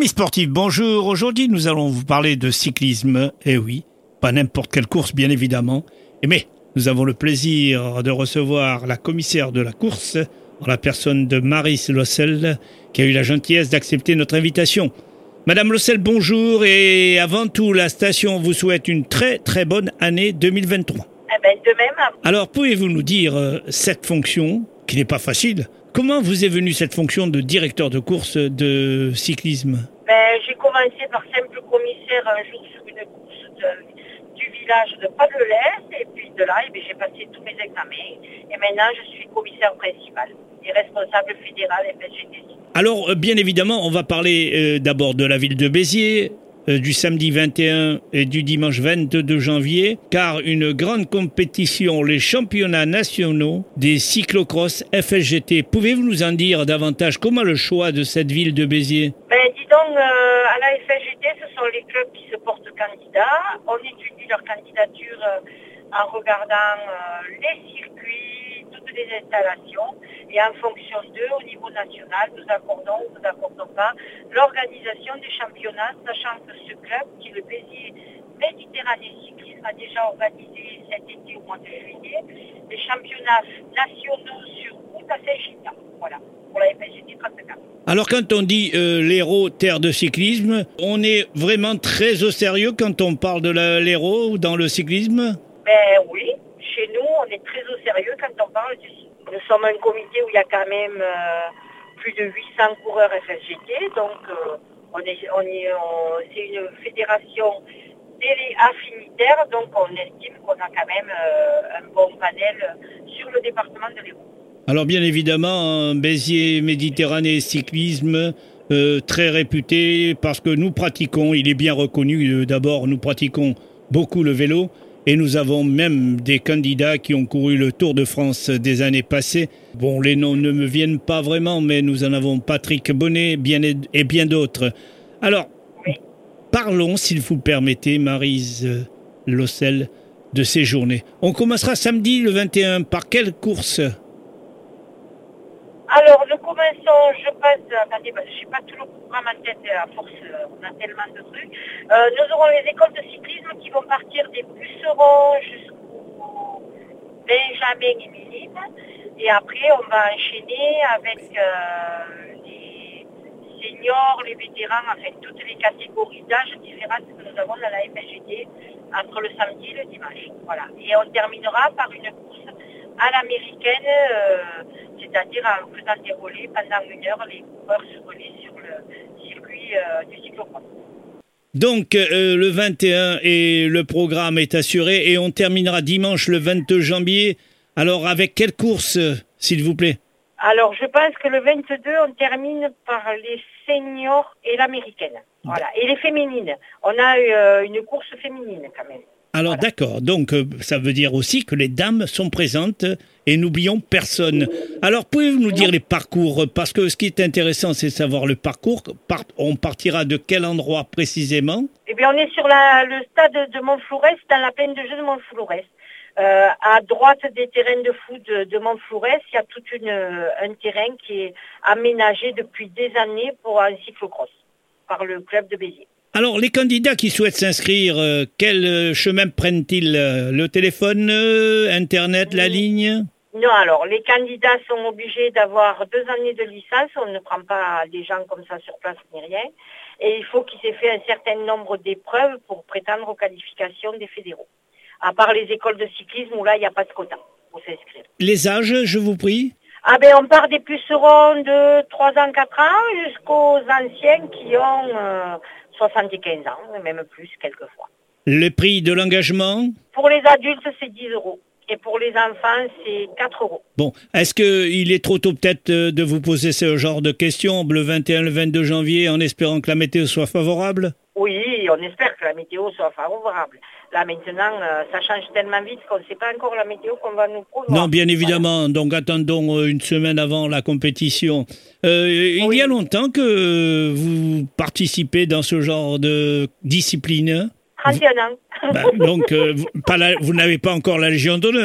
Amis sportifs, bonjour. Aujourd'hui, nous allons vous parler de cyclisme. Eh oui, pas n'importe quelle course, bien évidemment. Mais nous avons le plaisir de recevoir la commissaire de la course, en la personne de Maryse Lossel, qui a eu la gentillesse d'accepter notre invitation. Madame Lossel, bonjour. Et avant tout, la station vous souhaite une très très bonne année 2023. De même. Alors, pouvez-vous nous dire cette fonction, qui n'est pas facile, comment vous est venue cette fonction de directeur de course de cyclisme? J'ai commencé par simple commissaire un jour sur une course du village de Pas-de-l'Est, et puis de là, j'ai passé tous mes examens, et maintenant je suis commissaire principal et responsable fédéral FSGT. Alors, bien évidemment, on va parler d'abord de la ville de Béziers, du samedi 21 et du dimanche 22 janvier, car une grande compétition, les championnats nationaux des cyclocross FSGT. Pouvez-vous nous en dire davantage? Comment le choix de cette ville de Béziers? Dis donc, à la FSGT, ce sont les clubs qui se portent candidats. On étudie leur candidature en regardant les circuits, toutes les installations, et en fonction d'eux, au niveau national, nous accordons ou nous accordons pas l'organisation des championnats, sachant que ce club, qui est le Béziers Méditerranée Cyclisme, a déjà organisé cet été au mois de juillet des championnats nationaux sur route à Saint-Gilles. Voilà, pour la FSGT 34. Alors quand on dit l'Hérault, terre de cyclisme, on est vraiment très au sérieux quand on parle de l'Hérault dans le cyclisme? Oui, chez nous, on est très au sérieux quand on parle du cyclisme. Nous sommes un comité où il y a quand même plus de 800 coureurs FSGT, donc c'est une fédération affinitaire, donc on estime qu'on a quand même un bon panel sur le département de l'Hérault. Alors bien évidemment, Béziers Méditerranée Cyclisme, très réputé parce que nous pratiquons, il est bien reconnu, d'abord nous pratiquons beaucoup le vélo, et nous avons même des candidats qui ont couru le Tour de France des années passées. Bon, les noms ne me viennent pas vraiment, mais nous en avons Patrick Bonnet et bien d'autres. Alors, oui. Parlons, s'il vous permettez, Maryse Lossel, de ces journées. On commencera samedi le 21. Par quelle course? Alors, nous commençons, je passe, attendez, je n'ai pas tout le programme en tête, à force, on a tellement de trucs. Nous aurons les écoles de cyclisme qui vont partir des pucerons jusqu'au Benjamin et Méline. Et après, on va enchaîner avec les seniors, les vétérans, enfin toutes les catégories d'âge différentes que nous avons dans la FSGT entre le samedi et le dimanche. Voilà. Et on terminera par une course à l'américaine, c'est-à-dire en faisant des relais pendant 1 heure, les coureurs se relaient sur le circuit du cyclocross. Donc le 21 et le programme est assuré et on terminera dimanche le 22 janvier. Alors avec quelle course, s'il vous plaît? Alors je pense que le 22, on termine par les seniors et l'américaine. Voilà. Et les féminines. On a une course féminine quand même. Alors voilà. D'accord, donc ça veut dire aussi que les dames sont présentes et n'oublions personne. Alors pouvez-vous nous dire les parcours? Parce que ce qui est intéressant, c'est de savoir le parcours. On partira de quel endroit précisément? Eh bien, on est sur le stade de Montflourès, dans la plaine de jeu de Montflourès. À droite des terrains de foot de Montflourès, il y a tout un terrain qui est aménagé depuis des années pour un cyclocross par le club de Béziers. Alors, les candidats qui souhaitent s'inscrire, quel chemin prennent-ils? Le téléphone, Internet, la ligne? Non, alors, les candidats sont obligés d'avoir 2 années de licence. On ne prend pas des gens comme ça sur place ni rien. Et il faut qu'ils aient fait un certain nombre d'épreuves pour prétendre aux qualifications des fédéraux. À part les écoles de cyclisme où là, il n'y a pas de quota pour s'inscrire. Les âges, je vous prie? On part des pucerons de 3 ans, 4 ans jusqu'aux anciens qui ont 75 ans, même plus quelquefois. Le prix de l'engagement? Pour les adultes, c'est 10 €. Et pour les enfants, c'est 4 €. Bon, est-ce qu'il est trop tôt peut-être de vous poser ce genre de questions le 21, le 22 janvier en espérant que la météo soit favorable? Oui, on espère que la météo soit favorable. Là maintenant, ça change tellement vite qu'on ne sait pas encore la météo qu'on va nous promouvoir. Non, bien évidemment. Voilà. Donc attendons une semaine avant la compétition. Il y a longtemps que vous participez dans ce genre de discipline? 31 ans. Donc vous n'avez pas encore la Légion d'honneur?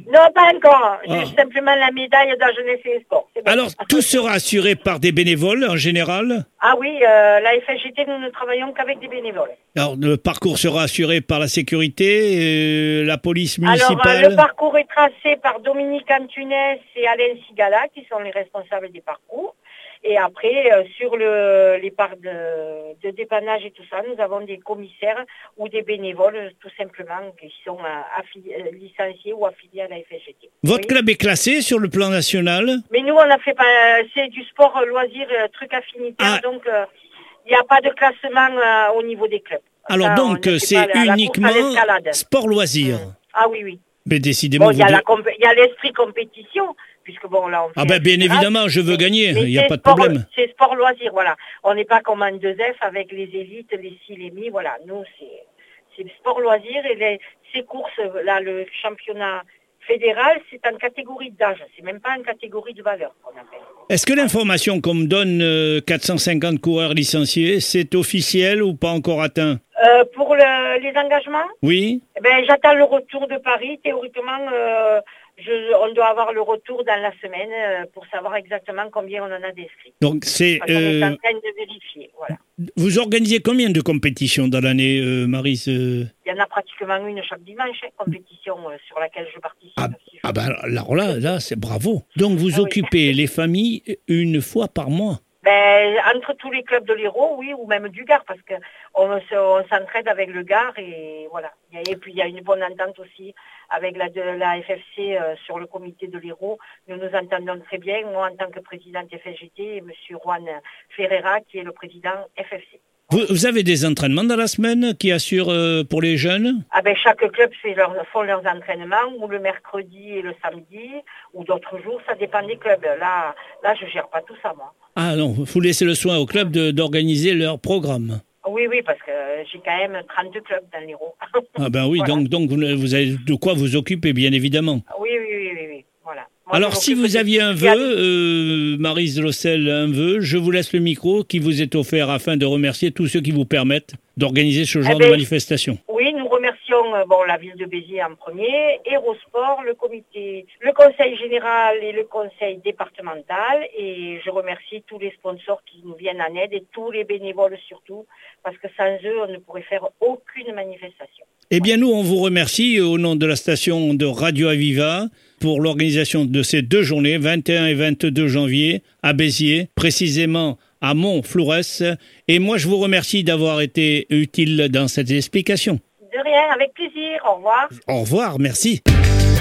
Non, pas encore. Ah. J'ai simplement la médaille de la jeunesse et des sports. C'est bon. Alors, tout sera assuré par des bénévoles en général? Ah oui, la FSGT, nous ne travaillons qu'avec des bénévoles. Alors, le parcours sera assuré par la sécurité, la police municipale? Alors, le parcours est tracé par Dominique Antunes et Alain Sigala, qui sont les responsables des parcours. Et après, sur les parts de dépannage et tout ça, nous avons des commissaires ou des bénévoles, tout simplement, qui sont licenciés ou affiliés à la FSGT. Votre club est classé sur le plan national? Mais nous, on a fait c'est du sport loisir, truc affinitaire, donc il n'y a pas de classement au niveau des clubs. Alors ça, donc, c'est uniquement sport loisir. Ah oui, oui. Mais décidément, il y a l'esprit compétition, puisque bon, là, on fait bien évidemment, je veux gagner, il n'y a pas de sport, problème. C'est sport loisir, voilà. On n'est pas comme en 2F avec les élites, les ci, les mi, voilà. Nous, c'est sport loisir et ces courses, là, le championnat fédéral, c'est en catégorie d'âge, c'est même pas en catégorie de valeur qu'on appelle. Est-ce que l'information qu'on me donne, 450 coureurs licenciés, c'est officiel ou pas encore atteint? Pour les engagements? Oui. J'attends le retour de Paris. Théoriquement, on doit avoir le retour dans la semaine pour savoir exactement combien on en a d'inscrits. Donc c'est. On est en train de vérifier. Voilà. Vous organisez combien de compétitions dans l'année, Maryse? Il y en a pratiquement une chaque dimanche, compétition sur laquelle je participe. Alors là, c'est bravo. Donc vous occupez les familles une fois par mois? Entre tous les clubs de l'Hérault, oui, ou même du Gard, parce qu'on s'entraide avec le Gard et voilà. Et puis il y a une bonne entente aussi avec la FFC sur le comité de l'Hérault. Nous nous entendons très bien, moi en tant que présidente FSGT et M. Juan Ferreira qui est le président FFC. Vous avez des entraînements dans la semaine qui assurent pour les jeunes? Chaque club font leurs entraînements, ou le mercredi et le samedi, ou d'autres jours, ça dépend des clubs. Là, je gère pas tout ça, moi. Ah non, vous laissez le soin au club d'organiser leur programme. Oui, parce que j'ai quand même 32 clubs dans l'Hérault. Oui, voilà. donc vous avez de quoi vous occuper, bien évidemment. Oui, voilà. Moi, alors, si vous aviez un vœu, Maryse Lossel, un vœu, je vous laisse le micro qui vous est offert afin de remercier tous ceux qui vous permettent d'organiser ce genre de manifestation. Oui, nous remercions la ville de Béziers en premier, Hérosport, le conseil général et le conseil départemental. Et je remercie tous les sponsors qui nous viennent en aide et tous les bénévoles surtout, parce que sans eux, on ne pourrait faire aucune manifestation. Eh bien, nous, on vous remercie au nom de la station de Radio Aviva pour l'organisation de ces 2 journées, 21 et 22 janvier, à Béziers, précisément à Montflourès. Et moi, je vous remercie d'avoir été utile dans cette explication. De rien, avec plaisir. Au revoir. Au revoir, merci.